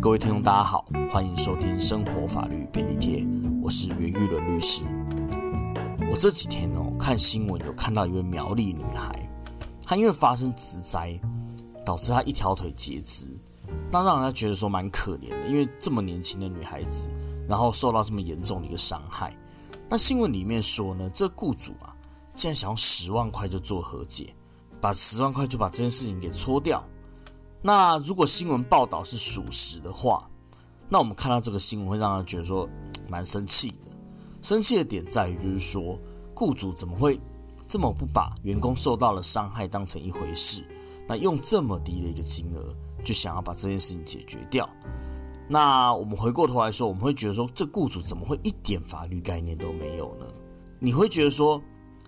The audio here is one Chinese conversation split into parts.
各位听众大家好，欢迎收听生活法律便利贴，我是袁玉伦律师。我这几天看新闻有看到一位苗栗女孩，她因为发生职灾，导致她一条腿截肢，那让人家觉得说蛮可怜的，因为这么年轻的女孩子，然后受到这么严重的一个伤害。那新闻里面说呢，这雇主竟然想用10万块就做和解，把10万块就把这件事情给搓掉。那如果新闻报道是属实的话，那我们看到这个新闻会让人觉得说蛮生气的。生气的点在于就是说，雇主怎么会这么不把员工受到了伤害当成一回事，那用这么低的一个金额就想要把这件事情解决掉。那我们回过头来说，我们会觉得说，这雇主怎么会一点法律概念都没有呢？你会觉得说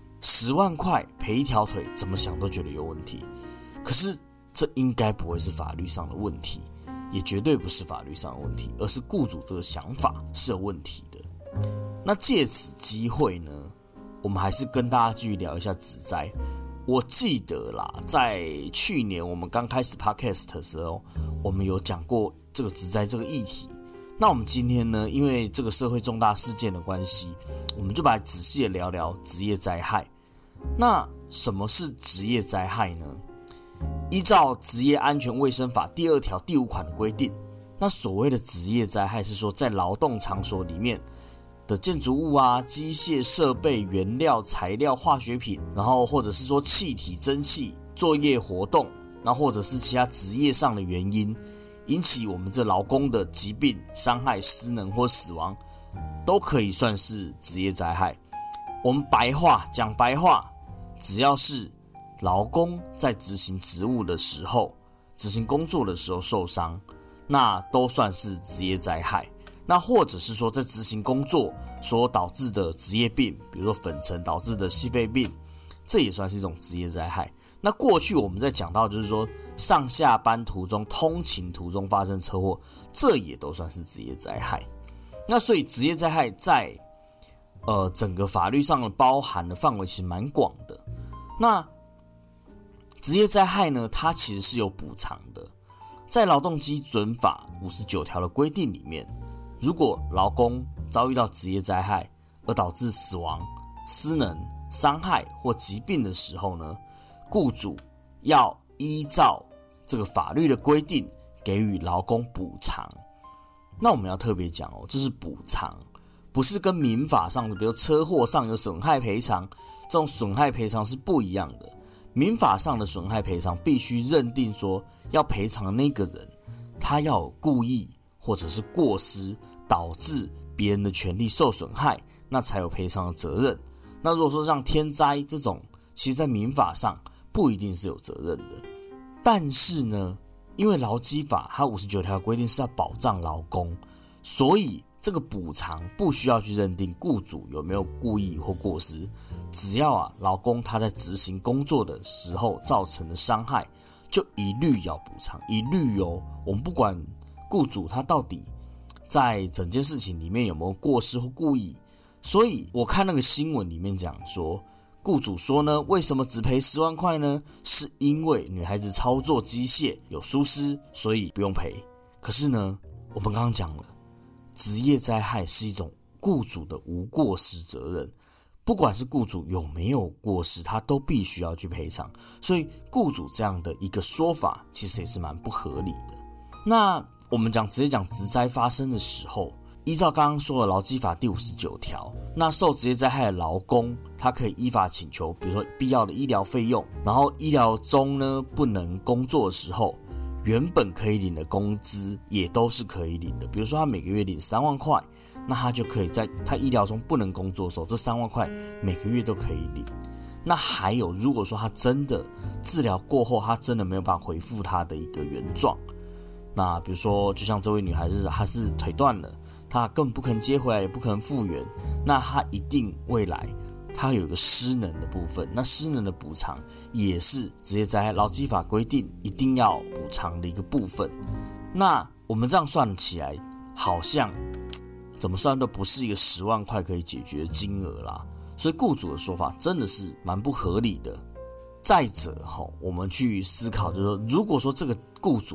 10万块赔一条腿，怎么想都觉得有问题。可是这应该不会是法律上的问题，也绝对不是法律上的问题，而是雇主这个想法是有问题的。那借此机会呢，我们还是跟大家继续聊一下职灾。我记得啦，在去年我们刚开始 podcast 的时候，我们有讲过这个职灾这个议题。那我们今天呢，因为这个社会重大事件的关系，我们就来仔细的聊聊职业灾害。那什么是职业灾害呢？依照职业安全卫生法第2条第5款的规定，那所谓的职业灾害是说，在劳动场所里面的建筑物机械设备、原料、材料、化学品，然后或者是说气体、蒸汽、作业活动，然后或者是其他职业上的原因，引起我们这劳工的疾病、伤害、失能或死亡，都可以算是职业灾害。我们讲白话，只要是劳工在执行职务的时候、执行工作的时候受伤，那都算是职业灾害。那或者是说，在执行工作所导致的职业病，比如说粉尘导致的矽肺病，这也算是一种职业灾害。那过去我们在讲到就是说，上下班途中、通勤途中发生车祸，这也都算是职业灾害。那所以职业灾害在整个法律上的包含的范围其实蛮广的。那职业灾害呢，它其实是有补偿的。在劳动基准法59条的规定里面，如果劳工遭遇到职业灾害而导致死亡、失能、伤害或疾病的时候呢，雇主要依照这个法律的规定给予劳工补偿。那我们要特别讲这是补偿，不是跟民法上的比如车祸上有损害赔偿，这种损害赔偿是不一样的。民法上的损害赔偿必须认定说，要赔偿的那个人他要有故意或者是过失导致别人的权利受损害，那才有赔偿的责任。那如果说像天灾这种，其实在民法上不一定是有责任的。但是呢，因为劳基法它59条规定是要保障劳工，所以这个补偿不需要去认定雇主有没有故意或过失，只要劳工他在执行工作的时候造成的伤害，就一律要补偿，一律我们不管雇主他到底在整件事情里面有没有过失或故意。所以我看那个新闻里面讲说，雇主说呢，为什么只赔10万块呢？是因为女孩子操作机械有疏失，所以不用赔。可是呢，我们刚刚讲了，职业灾害是一种雇主的无过失责任，不管是雇主有没有过失，他都必须要去赔偿。所以雇主这样的一个说法其实也是蛮不合理的。那我们直接讲职灾发生的时候，依照刚刚说的劳基法第59条，那受职业灾害的劳工他可以依法请求比如说必要的医疗费用，然后医疗中呢不能工作的时候，原本可以领的工资也都是可以领的。比如说他每个月领3万块，那他就可以在他医疗中不能工作的时候，这3万块每个月都可以领。那还有，如果说他真的治疗过后，他真的没有办法恢复他的一个原状，那比如说就像这位女孩子，她是腿断了，她根本不可能接回来，也不可能复原，那她一定未来它有一个失能的部分，那失能的补偿也是职业灾害劳基法规定一定要补偿的一个部分。那我们这样算起来，好像怎么算都不是一个10万块可以解决的金额啦，所以雇主的说法真的是蛮不合理的。再者我们去思考，就是说，如果说这个雇主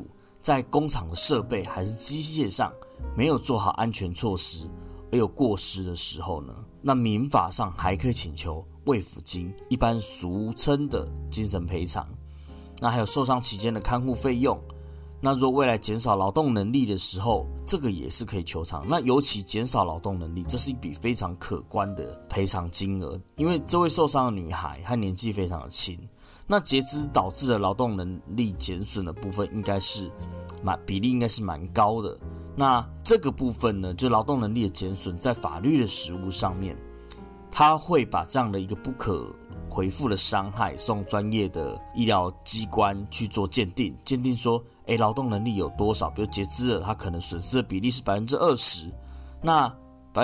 在工厂的设备还是机械上没有做好安全措施而有过失的时候呢，那民法上还可以请求慰抚金，一般俗称的精神赔偿。那还有受伤期间的看护费用，那如果未来减少劳动能力的时候，这个也是可以求偿。那尤其减少劳动能力，这是一笔非常可观的赔偿金额，因为这位受伤的女孩她年纪非常的轻，那截肢导致的劳动能力减损的部分比例应该是蛮高的。那这个部分呢，就劳动能力的减损，在法律的实务上面，他会把这样的一个不可回复的伤害送专业的医疗机关去做鉴定，鉴定说劳动能力有多少，比如截肢了，他可能损失的比例是 20%， 那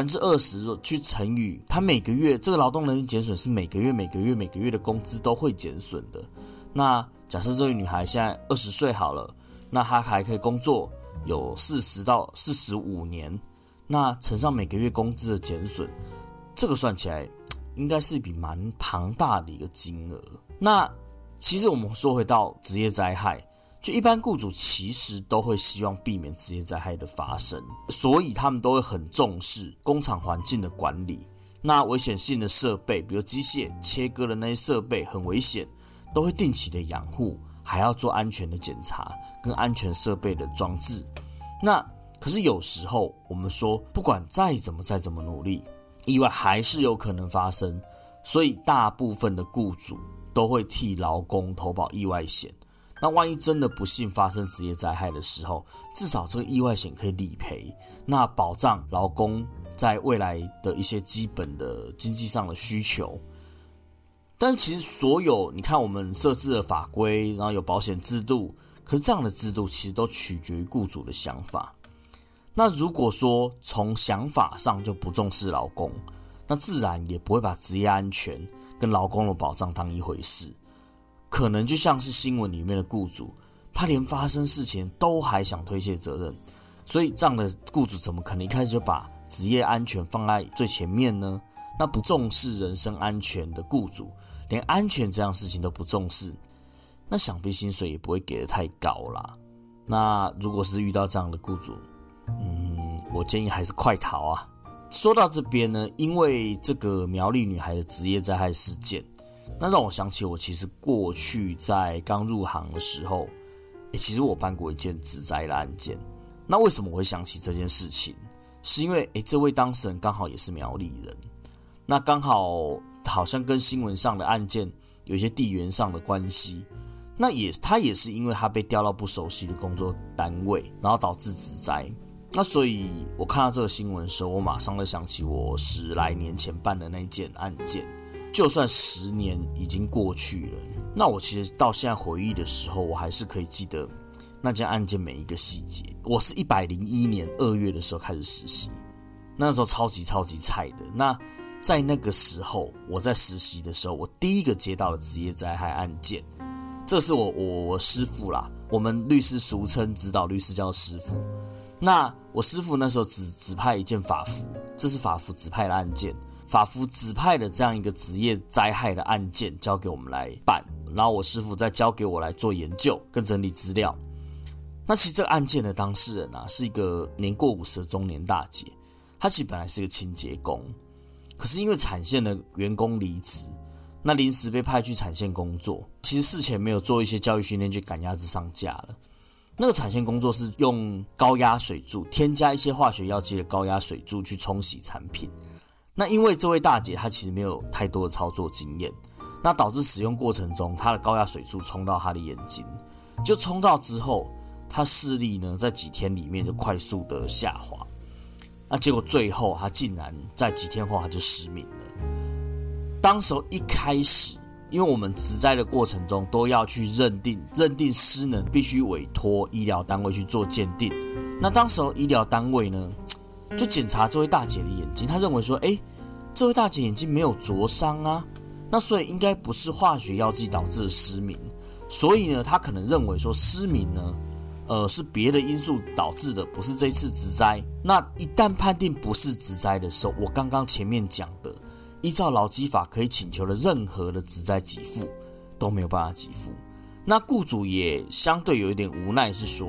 20% 去乘以他每个月这个劳动能力减损是每个月的工资都会减损的。那假设这位女孩现在20岁好了，那她还可以工作有40到45年，那乘上每个月工资的减损，这个算起来应该是一笔蛮庞大的一个金额。那其实我们说回到职业灾害，就一般雇主其实都会希望避免职业灾害的发生，所以他们都会很重视工厂环境的管理。那危险性的设备，比如机械切割的那些设备很危险，都会定期的养护，还要做安全的检查跟安全设备的装置。那可是有时候我们说，不管再怎么努力，意外还是有可能发生，所以大部分的雇主都会替劳工投保意外险。那万一真的不幸发生职业灾害的时候，至少这个意外险可以理赔，那保障劳工在未来的一些基本的经济上的需求。但是其实所有你看我们设置的法规，然后有保险制度，可是这样的制度其实都取决于雇主的想法。那如果说从想法上就不重视劳工，那自然也不会把职业安全跟劳工的保障当一回事，可能就像是新闻里面的雇主，他连发生事情都还想推卸责任，所以这样的雇主怎么可能一开始就把职业安全放在最前面呢？那不重视人身安全的雇主，连安全这样事情都不重视，那想必薪水也不会给得太高啦。那如果是遇到这样的雇主，我建议还是快逃啊。说到这边呢，因为这个苗栗女孩的职业灾害事件，那让我想起我其实过去在刚入行的时候，其实我办过一件职灾的案件。那为什么我会想起这件事情？是因为这位当事人刚好也是苗栗人，那刚好像跟新闻上的案件有一些地缘上的关系。那他也是因为他被调到不熟悉的工作单位，然后导致职灾。那所以我看到这个新闻的时候，我马上就想起我10来年前办的那件案件。就算10年已经过去了，那我其实到现在回忆的时候，我还是可以记得那件案件每一个细节。我是101年2月的时候开始实习，那时候超级菜的。那在那个时候，我在实习的时候，我第一个接到的职业灾害案件，这是我师父啦，我们律师俗称指导律师叫师父。那我师父那时候指派一件法服，这是法服指派的案件，法服指派的这样一个职业灾害的案件交给我们来办，然后我师父再交给我来做研究跟整理资料。那其实这个案件的当事人是一个年过50的中年大姐，她其实本来是一个清洁工，可是因为产线的员工离职，那临时被派去产线工作，其实事前没有做一些教育训练就赶鸭子上架了。那个产线工作是用高压水柱，添加一些化学药剂的高压水柱去冲洗产品。那因为这位大姐她其实没有太多的操作经验，那导致使用过程中她的高压水柱冲到她的眼睛，就冲到之后，她视力呢在几天里面就快速的下滑。那结果最后她竟然在几天后她就失明了。当时候一开始，因为我们职灾的过程中都要去认定失能，必须委托医疗单位去做鉴定。那当时候医疗单位呢，就检查这位大姐的眼睛，他认为说，这位大姐眼睛没有灼伤啊，那所以应该不是化学药剂导致的失明，所以呢，他可能认为说失明呢，是别的因素导致的，不是这一次职灾。那一旦判定不是职灾的时候，我刚刚前面讲的，依照劳基法可以请求的任何的职灾给付都没有办法给付。那雇主也相对有一点无奈，是说呢，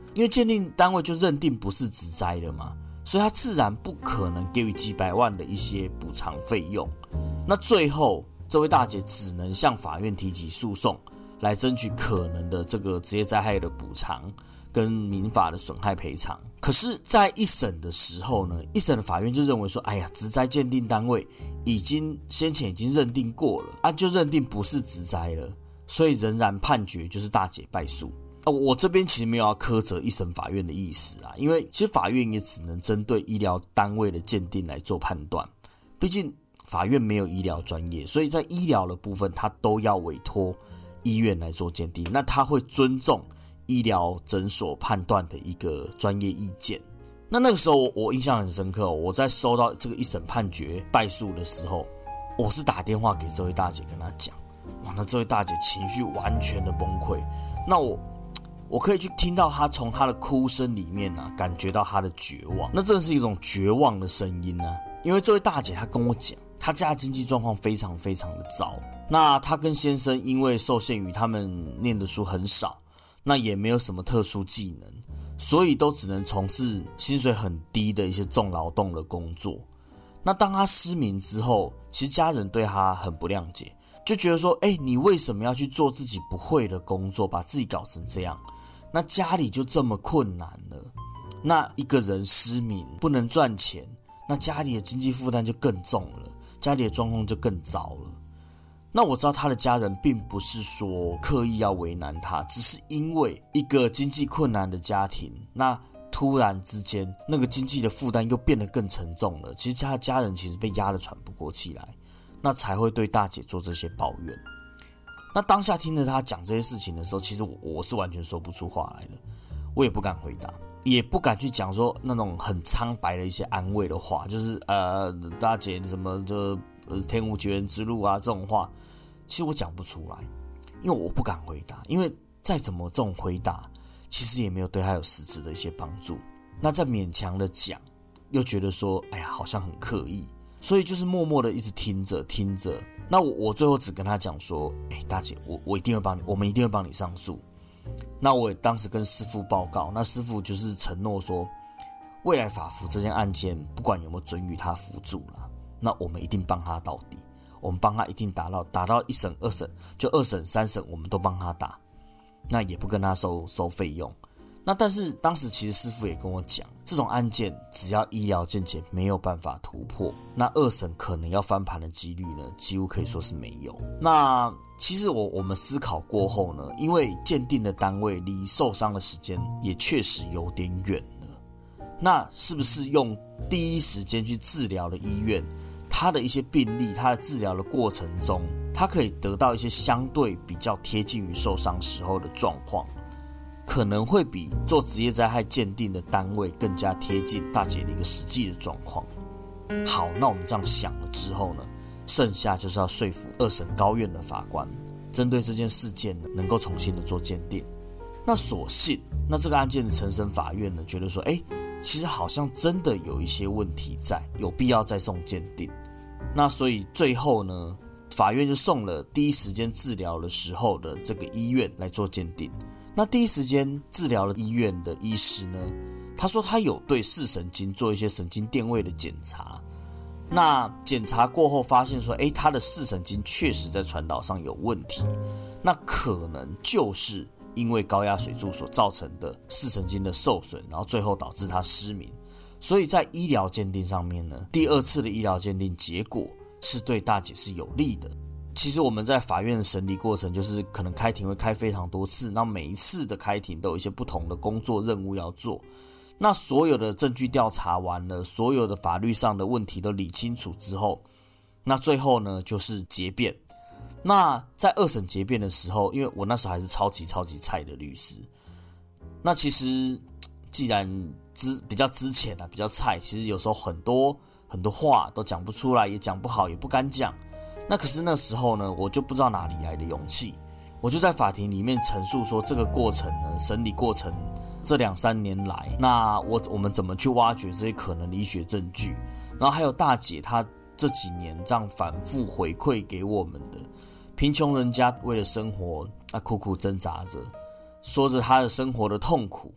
因为鉴定单位就认定不是职灾了嘛，所以他自然不可能给予几百万的一些补偿费用。那最后这位大姐只能向法院提起诉讼，来争取可能的这个职业灾害的补偿跟民法的损害赔偿。可是在一审的时候呢，一审的法院就认为说，哎呀，职灾鉴定单位先前已经认定过了就认定不是职灾了，所以仍然判决就是大姐败诉。我这边其实没有要苛责一审法院的意思因为其实法院也只能针对医疗单位的鉴定来做判断，毕竟法院没有医疗专业，所以在医疗的部分他都要委托医院来做鉴定，那他会尊重医疗诊所判断的一个专业意见。那个时候我印象很深刻我在收到这个一审判决败诉的时候，我是打电话给这位大姐跟她讲，那这位大姐情绪完全的崩溃，那我可以去听到她从她的哭声里面感觉到她的绝望，那真的是一种绝望的声音因为这位大姐她跟我讲，她家的经济状况非常非常的糟，那她跟先生因为受限于他们念的书很少，那也没有什么特殊技能，所以都只能从事薪水很低的一些重劳动的工作。那当她失明之后，其实家人对她很不谅解，就觉得说你为什么要去做自己不会的工作，把自己搞成这样，那家里就这么困难了，那一个人失明不能赚钱，那家里的经济负担就更重了，家里的状况就更糟了。那我知道他的家人并不是说刻意要为难他，只是因为一个经济困难的家庭，那突然之间那个经济的负担又变得更沉重了，其实他的家人其实被压得喘不过气来，那才会对大姐做这些抱怨。那当下听着他讲这些事情的时候，其实我是完全说不出话来的，我也不敢回答，也不敢去讲说那种很苍白的一些安慰的话，就是大姐什么就天无绝人之路这种话，其实我讲不出来，因为我不敢回答，因为再怎么这种回答，其实也没有对他有实质的一些帮助。那再勉强的讲，又觉得说，哎呀，好像很刻意，所以就是默默的一直听着。那我最后只跟他讲说，大姐，我一定会帮你，我们一定会帮你上诉。那我也当时跟师父报告，那师父就是承诺说，未来法服这件案件，不管有没有准予他辅助啦，那我们一定帮他到底，我们帮他一定打到一审、二审，就二审、三审，我们都帮他打，那也不跟他收费用。那但是当时其实师父也跟我讲，这种案件只要医疗见解没有办法突破，那二审可能要翻盘的几率呢，几乎可以说是没有。那其实我们思考过后呢，因为鉴定的单位离受伤的时间也确实有点远了，那是不是用第一时间去治疗的医院，他的一些病例，他的治疗的过程中，他可以得到一些相对比较贴近于受伤时候的状况，可能会比做职业灾害鉴定的单位更加贴近大姐的一个实际的状况。好，那我们这样想了之后呢，剩下就是要说服二审高院的法官，针对这件事件呢，能够重新的做鉴定。那所幸，那这个案件的承审法院呢，觉得说，其实好像真的有一些问题在，有必要再送鉴定。那所以最后呢，法院就送了第一时间治疗的时候的这个医院来做鉴定。那第一时间治疗的医院的医师呢，他说他有对视神经做一些神经电位的检查，那检查过后发现说，他的视神经确实在传导上有问题，那可能就是因为高压水柱所造成的视神经的受损，然后最后导致他失明。所以在医疗鉴定上面呢，第二次的医疗鉴定结果是对大姐是有利的。其实我们在法院的审理过程，就是可能开庭会开非常多次，那每一次的开庭都有一些不同的工作任务要做。那所有的证据调查完了，所有的法律上的问题都理清楚之后，那最后呢就是结辩。那在二审结辩的时候，因为我那时候还是超级菜的律师，那其实既然比较之前比较菜，其实有时候很多话都讲不出来，也讲不好，也不敢讲。那可是那时候呢，我就不知道哪里来的勇气，我就在法庭里面陈述说，这个过程呢，审理过程这2-3年来，那我们怎么去挖掘这些可能的医学证据，然后还有大姐她这几年这样反复回馈给我们的，贫穷人家为了生活苦苦挣扎着，说着她的生活的痛苦，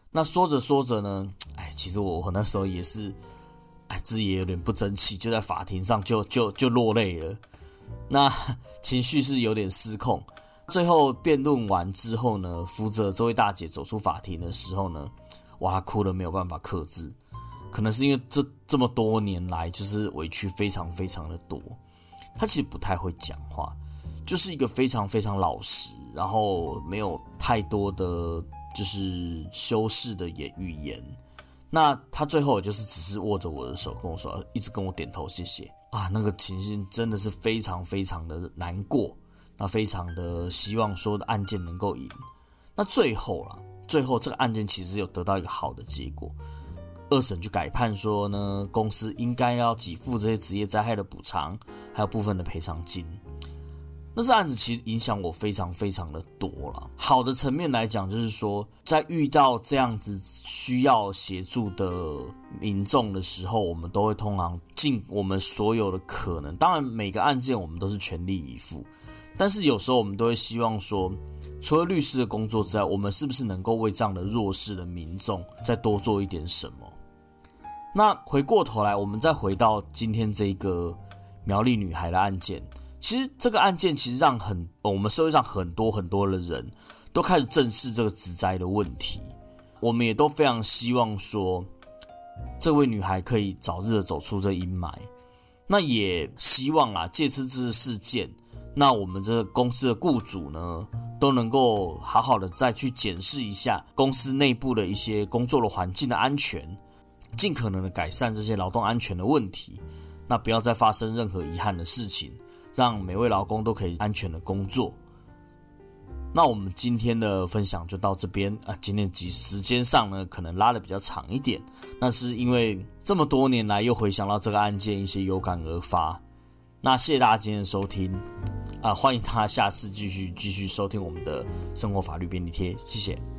那说着说着呢，其实我那时候也是，自己也有点不争气，就在法庭上就落泪了。那情绪是有点失控。最后辩论完之后呢，扶着这位大姐走出法庭的时候呢，哇，她哭得没有办法克制。可能是因为这么多年来，就是委屈非常非常的多。她其实不太会讲话，就是一个非常非常老实，然后没有太多的就是修饰的语言。那她最后就是只是握着我的手跟我说，一直跟我点头谢谢啊，那个情绪真的是非常非常的难过。那非常的希望说的案件能够赢。那最后这个案件其实有得到一个好的结果。二审就改判说呢，公司应该要给付这些职业灾害的补偿，还有部分的赔偿金。那这案子其实影响我非常非常的多了。好的层面来讲，就是说在遇到这样子需要协助的民众的时候，我们都会通常尽我们所有的可能。当然每个案件我们都是全力以赴，但是有时候我们都会希望说，除了律师的工作之外，我们是不是能够为这样的弱势的民众再多做一点什么？那回过头来，我们再回到今天这个苗栗女孩的案件，其实这个案件其实让我们社会上很多很多的人都开始正视这个职灾的问题。我们也都非常希望说，这位女孩可以早日的走出这阴霾。那也希望借此这次事件，那我们这个公司的雇主呢，都能够好好的再去检视一下公司内部的一些工作的环境的安全，尽可能的改善这些劳动安全的问题，那不要再发生任何遗憾的事情，让每位劳工都可以安全的工作。那我们今天的分享就到这边今天时间上呢，可能拉得比较长一点，那是因为这么多年来又回想到这个案件，一些有感而发。那谢谢大家今天的收听欢迎大家下次继续收听我们的生活法律便利贴，谢谢。